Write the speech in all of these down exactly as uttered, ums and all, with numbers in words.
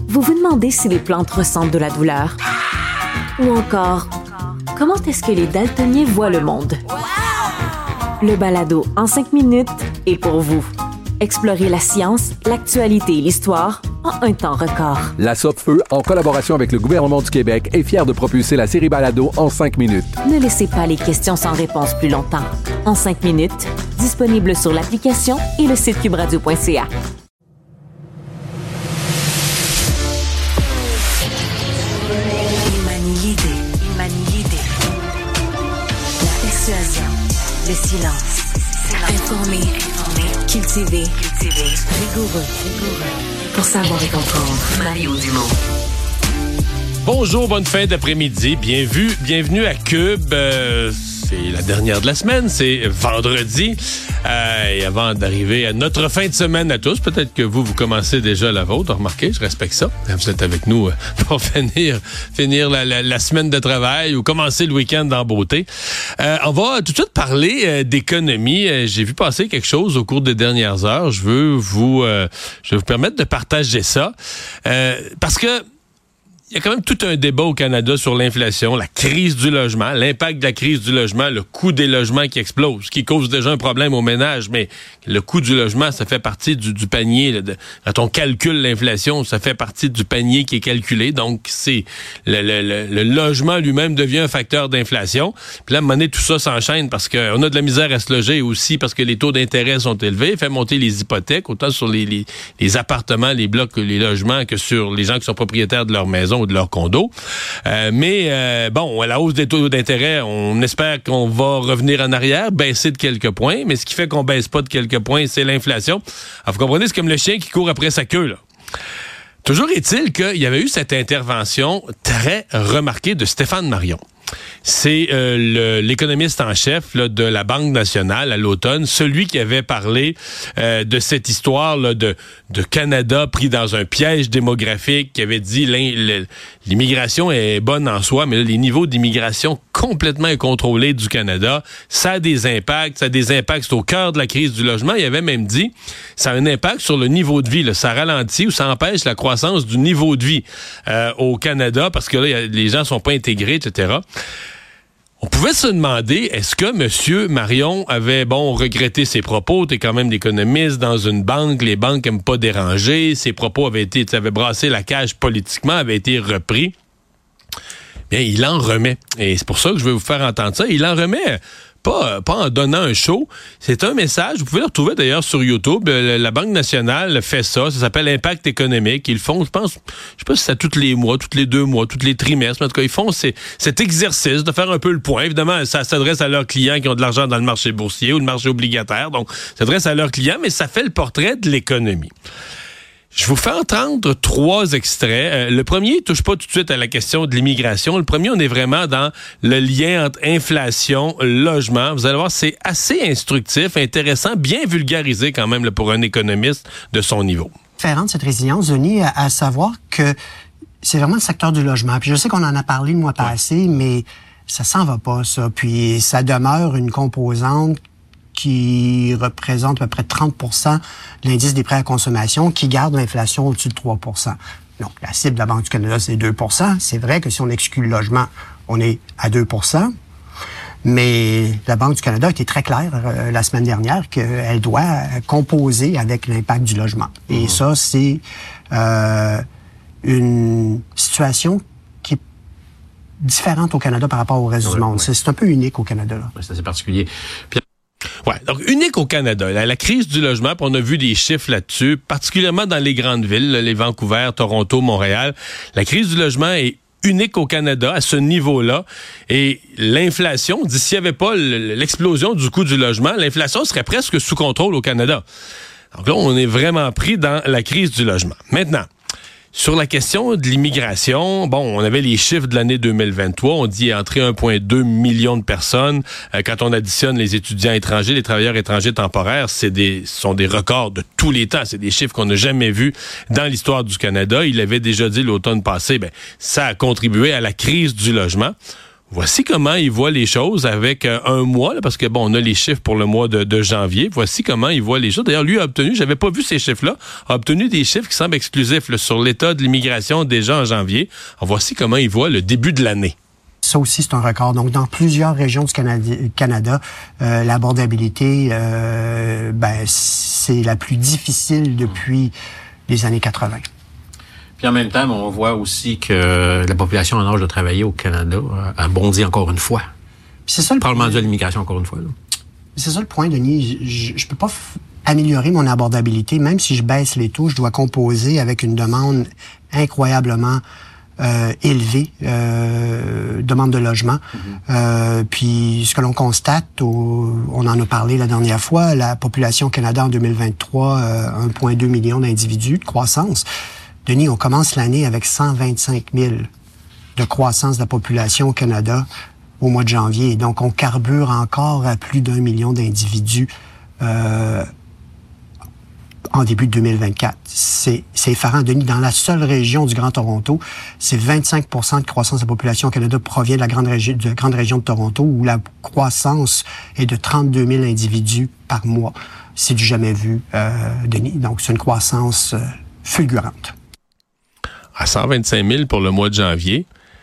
Vous vous demandez si les plantes ressentent de la douleur? Ou encore, comment est-ce que les daltoniens voient le monde? Le balado en cinq minutes est pour vous. Explorez la science, l'actualité et l'histoire en un temps record. La Sopfeu, en collaboration avec le gouvernement du Québec, est fière de propulser la série Balado en cinq minutes. Ne laissez pas les questions sans réponse plus longtemps. En cinq minutes, disponible sur l'application et le site cube radio point c a. Il manie l'idée, il manie l'idée. La persuasion, le silence. Informé, informé. Cultivé, cultivé. Rigoureux, rigoureux. Pour savoir et comprendre. Mario Dumont. Bonjour, bonne fin d'après-midi. Bienvenue, bienvenue à Cube. Euh, c'est la dernière de la semaine, c'est vendredi. Euh, et avant d'arriver à notre fin de semaine à tous, peut-être que vous, vous commencez déjà la vôtre. Remarquez, je respecte ça. Vous êtes avec nous pour finir, finir la, la, la semaine de travail ou commencer le week-end en beauté. Euh, on va tout de suite parler euh, d'économie. Euh, j'ai vu passer quelque chose au cours des dernières heures. Je veux vous, euh, je vais vous permettre de partager ça. Euh, parce que il y a quand même tout un débat au Canada sur l'inflation, la crise du logement, l'impact de la crise du logement, le coût des logements qui explose, qui cause déjà un problème aux ménages, mais le coût du logement, ça fait partie du, du panier. Là, de, quand on calcule l'inflation, ça fait partie du panier qui est calculé. Donc, c'est le, le, le, le logement lui-même devient un facteur d'inflation. Puis là, à un moment donné, tout ça s'enchaîne parce qu'on a de la misère à se loger aussi parce que les taux d'intérêt sont élevés, fait monter les hypothèques, autant sur les, les, les appartements, les blocs, les logements, que sur les gens qui sont propriétaires de leur maison ou de leur condo. Euh, mais euh, bon, à la hausse des taux d'intérêt, on espère qu'on va revenir en arrière, baisser de quelques points, mais ce qui fait qu'on baisse pas de quelques points, c'est l'inflation. Alors, vous comprenez, c'est comme le chien qui court après sa queue, là. Toujours est-il qu'il y avait eu cette intervention très remarquée de Stéphane Marion. C'est euh, le, l'économiste en chef là, de la Banque nationale à l'automne, celui qui avait parlé euh, de cette histoire là, de, de Canada pris dans un piège démographique, qui avait dit l'immigration est bonne en soi, mais là, les niveaux d'immigration complètement incontrôlés du Canada, ça a des impacts, ça a des impacts, c'est au cœur de la crise du logement. Il avait même dit, ça a un impact sur le niveau de vie, là, ça ralentit ou ça empêche la croissance du niveau de vie euh, au Canada, parce que là, y a, les gens sont pas intégrés, et cetera. On pouvait se demander, est-ce que M. Marion avait, bon, regretté ses propos? T'es quand même l'économiste dans une banque, les banques aiment pas déranger, ses propos avaient été, avaient brassé la cage politiquement, avaient été repris. Bien, il en remet. Et c'est pour ça que je vais vous faire entendre ça. Il en remet pas, pas en donnant un show. C'est un message. Vous pouvez le retrouver d'ailleurs sur YouTube. La Banque nationale fait ça. Ça s'appelle Impact économique. Ils font, je pense, je sais pas si c'est tous les mois, tous les deux mois, tous les trimestres. Mais en tout cas, ils font ces, cet exercice de faire un peu le point. Évidemment, ça s'adresse à leurs clients qui ont de l'argent dans le marché boursier ou le marché obligataire. Donc, ça s'adresse à leurs clients, mais ça fait le portrait de l'économie. Je vous fais entendre trois extraits. Euh, le premier ne touche pas tout de suite à la question de l'immigration. Le premier, on est vraiment dans le lien entre inflation, logement. Vous allez voir, c'est assez instructif, intéressant, bien vulgarisé quand même là, pour un économiste de son niveau. Différent de cette résilience, Denis, à, à savoir que c'est vraiment le secteur du logement. Puis je sais qu'on en a parlé le mois passé, ouais. mais ça s'en va pas, ça. Puis ça demeure une composante qui représente à peu près trente pour cent de l'indice des prêts à consommation, qui garde l'inflation au-dessus de trois pour cent. Donc, la cible de la Banque du Canada, c'est deux pour cent. C'est vrai que si on exclut le logement, on est à deux pour cent. Mais la Banque du Canada a été très claire euh, la semaine dernière qu'elle doit composer avec l'impact du logement. Et mmh. ça, c'est euh, une situation qui est différente au Canada par rapport au reste oui, du monde. Oui. C'est, c'est un peu unique au Canada. Là. Oui, c'est assez particulier. Puis... Ouais, donc unique au Canada. La, la crise du logement, puis on a vu des chiffres là-dessus, particulièrement dans les grandes villes, les Vancouver, Toronto, Montréal. La crise du logement est unique au Canada à ce niveau-là. Et l'inflation, dit s'il n'y avait pas l'explosion du coût du logement, l'inflation serait presque sous contrôle au Canada. Donc là, on est vraiment pris dans la crise du logement. Maintenant, sur la question de l'immigration, bon, on avait les chiffres de l'année deux mille vingt-trois. On dit entrer un virgule deux million de personnes. Euh, quand on additionne les étudiants étrangers, les travailleurs étrangers temporaires, c'est des sont des records de tous les temps. C'est des chiffres qu'on n'a jamais vus dans l'histoire du Canada. Il avait déjà dit l'automne passé, ben ça a contribué à la crise du logement. Voici comment il voit les choses avec euh, un mois, là, parce que bon, on a les chiffres pour le mois de, de janvier. Voici comment il voit les choses. D'ailleurs, lui a obtenu, j'avais pas vu ces chiffres-là, a obtenu des chiffres qui semblent exclusifs là, sur l'état de l'immigration déjà en janvier. Alors, voici comment il voit le début de l'année. Ça aussi, c'est un record. Donc, dans plusieurs régions du Canada, Canada euh, l'abordabilité, euh, ben, c'est la plus difficile depuis les années quatre-vingt. Puis en même temps, on voit aussi que la population en âge de travailler au Canada a bondi encore une fois. Puis c'est ça le Parlement de l'immigration encore une fois. Là. C'est ça le point, Denis. Je, je peux pas f- améliorer mon abordabilité. Même si je baisse les taux, je dois composer avec une demande incroyablement euh, élevée, euh, demande de logement. Mm-hmm. Euh, puis ce que l'on constate, au, on en a parlé la dernière fois, la population au Canada en deux mille vingt-trois, euh, un virgule deux million d'individus de croissance. Denis, on commence l'année avec cent vingt-cinq mille de croissance de la population au Canada au mois de janvier. Donc, on carbure encore à plus d'un million d'individus euh, en début de deux mille vingt-quatre. C'est, c'est effarant, Denis. Dans la seule région du Grand Toronto, c'est vingt-cinq pour cent de croissance de la population au Canada provient de la grande, régi- de la grande région de Toronto, où la croissance est de trente-deux mille individus par mois. C'est du jamais vu, euh, Denis. Donc, c'est une croissance euh, fulgurante. À cent vingt-cinq mille pour le mois de janvier.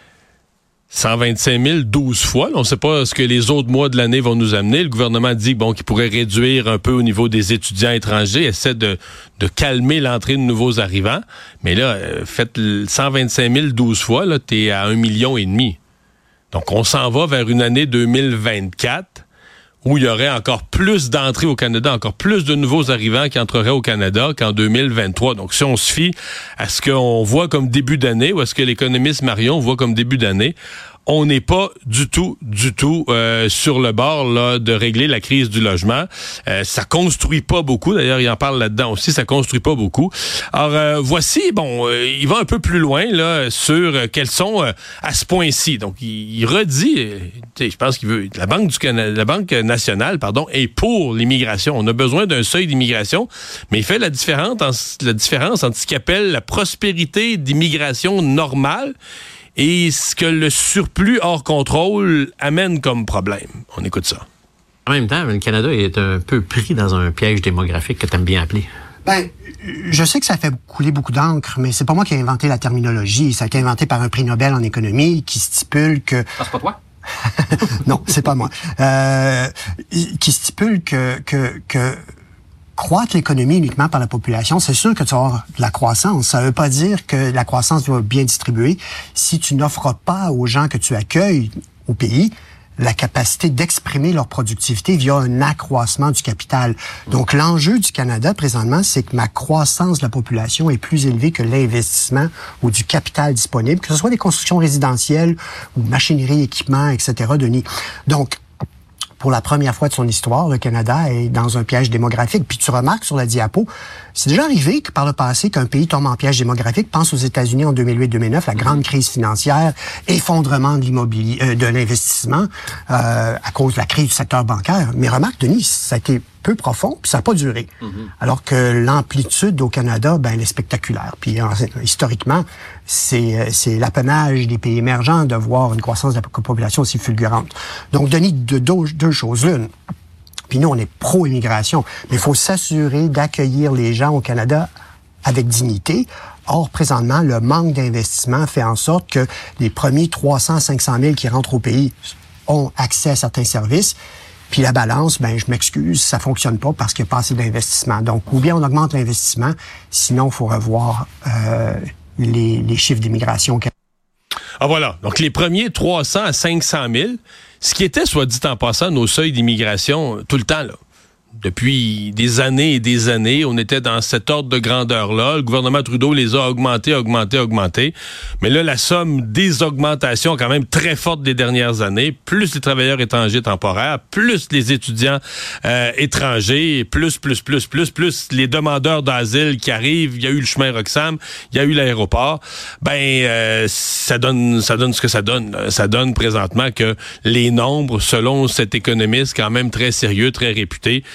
cent vingt-cinq mille douze fois. On ne sait pas ce que les autres mois de l'année vont nous amener. Le gouvernement dit bon, qu'il pourrait réduire un peu au niveau des étudiants étrangers, essaie de, de calmer l'entrée de nouveaux arrivants. Mais là, faites cent vingt-cinq mille douze fois, là, t'es à un million et demi. Donc, on s'en va vers une année deux mille vingt-quatre où il y aurait encore plus d'entrées au Canada, encore plus de nouveaux arrivants qui entreraient au Canada qu'en deux mille vingt-trois. Donc, si on se fie à ce qu'on voit comme début d'année ou à ce que l'économiste Marion voit comme début d'année, on n'est pas du tout, du tout euh, sur le bord là de régler la crise du logement. Euh, ça construit pas beaucoup. D'ailleurs, il en parle là-dedans aussi. Ça construit pas beaucoup. Alors, euh, voici, bon, euh, il va un peu plus loin là sur euh, quels sont euh, à ce point-ci. Donc, il, il redit, euh, je pense qu'il veut, la Banque du Canada, la Banque nationale, pardon, est pour l'immigration. On a besoin d'un seuil d'immigration, mais il fait la différence, en, la différence entre ce qu'il appelle la prospérité d'immigration normale et ce que le surplus hors contrôle amène comme problème. On écoute ça. En même temps, le Canada est un peu pris dans un piège démographique que tu aimes bien appeler. Ben, je sais que ça fait couler beaucoup d'encre, mais c'est pas moi qui ai inventé la terminologie. Ça a été inventé par un prix Nobel en économie qui stipule que... Ah, c'est pas toi? Non, c'est pas moi. Euh, qui stipule que... que, que croître l'économie uniquement par la population, c'est sûr que tu vas avoir de la croissance. Ça veut pas dire que la croissance va bien distribuer si tu n'offres pas aux gens que tu accueilles au pays la capacité d'exprimer leur productivité via un accroissement du capital. Donc, l'enjeu du Canada, présentement, c'est que ma croissance de la population est plus élevée que l'investissement ou du capital disponible, que ce soit des constructions résidentielles ou machinerie, équipements, et cetera, Denis. Donc, pour la première fois de son histoire, le Canada est dans un piège démographique. Puis tu remarques sur la diapo, c'est déjà arrivé que par le passé qu'un pays tombe en piège démographique. Pense aux États-Unis en deux mille huit deux mille neuf, la grande crise financière, effondrement de l'immobilier, euh, de l'investissement euh, à cause de la crise du secteur bancaire. Mais remarque, Denis, ça a été peu profond, puis ça n'a pas duré. Mm-hmm. Alors que l'amplitude au Canada, ben, elle est spectaculaire. Puis en, historiquement, c'est, c'est l'apanage des pays émergents de voir une croissance de la population aussi fulgurante. Donc, Denis, de deux, deux choses. L'une, puis nous, on est pro-immigration, mais il faut s'assurer d'accueillir les gens au Canada avec dignité. Or, présentement, le manque d'investissement fait en sorte que les premiers trois cents à cinq cent mille qui rentrent au pays ont accès à certains services. Puis la balance, ben je m'excuse, ça fonctionne pas parce qu'il n'y a pas assez d'investissement. Donc, ou bien on augmente l'investissement, sinon il faut revoir euh, les, les chiffres d'immigration. Ah voilà, donc les premiers trois cents à cinq cent mille, ce qui était, soit dit en passant, nos seuils d'immigration tout le temps, là. Depuis des années et des années, on était dans cet ordre de grandeur-là. Le gouvernement Trudeau les a augmentés, augmentés, augmentés. Mais là, la somme des augmentations est quand même très forte des dernières années. Plus les travailleurs étrangers temporaires, plus les étudiants euh, étrangers, plus, plus, plus, plus, plus les demandeurs d'asile qui arrivent. Il y a eu le chemin Roxham, il y a eu l'aéroport. Ben, euh, ça donne, ça donne ce que ça donne. Ça donne présentement que les nombres, selon cet économiste quand même très sérieux, très réputé,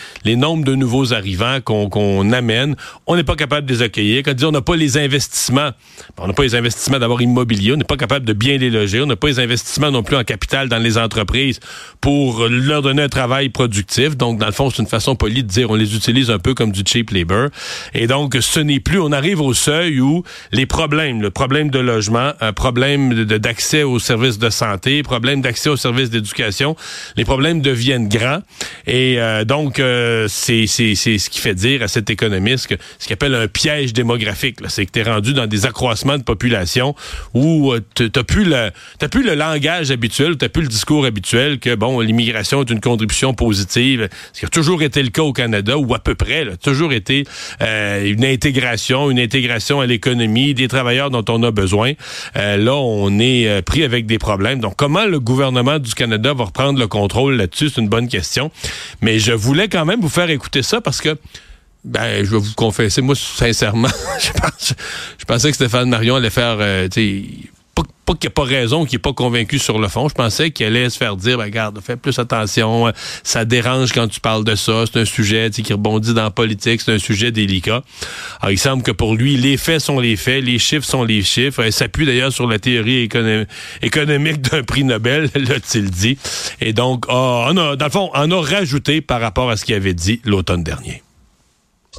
les nombres de nouveaux arrivants qu'on, qu'on amène, on n'est pas capable de les accueillir. Quand on dit on n'a pas les investissements, on n'a pas les investissements d'abord immobiliers, on n'est pas capable de bien les loger, on n'a pas les investissements non plus en capital dans les entreprises pour leur donner un travail productif. Donc, dans le fond, c'est une façon polie de dire on les utilise un peu comme du cheap labor. Et donc, ce n'est plus, on arrive au seuil où les problèmes, le problème de logement, un problème de, d'accès aux services de santé, problème d'accès aux services d'éducation, les problèmes deviennent grands. Et euh, donc, euh, c'est, c'est, c'est ce qui fait dire à cet économiste que ce qu'il appelle un piège démographique, là, c'est que tu es rendu dans des accroissements de population où euh, tu n'as plus le t'as plus le langage habituel, tu n'as plus le discours habituel que, bon, l'immigration est une contribution positive, ce qui a toujours été le cas au Canada, ou à peu près, là, toujours été euh, une intégration, une intégration à l'économie, des travailleurs dont on a besoin. Euh, là, on est euh, pris avec des problèmes. Donc, comment le gouvernement du Canada va reprendre le contrôle là-dessus? C'est une bonne question. Mais je voulais quand même vous faire écouter ça parce que, ben, je vais vous confesser, moi, sincèrement, je, pense, je pensais que Stéphane Marion allait faire, euh, tu sais, pas, pas qu'il n'y a pas raison, qu'il n'est pas convaincu sur le fond. Je pensais qu'il allait se faire dire, ben, regarde, fais plus attention, ça dérange quand tu parles de ça, c'est un sujet qui rebondit dans la politique, c'est un sujet délicat. Alors, il semble que pour lui, les faits sont les faits, les chiffres sont les chiffres. Il s'appuie d'ailleurs sur la théorie économ- économique d'un prix Nobel, l'a-t-il dit. Et donc, oh, on a, dans le fond, on a rajouté par rapport à ce qu'il avait dit l'automne dernier.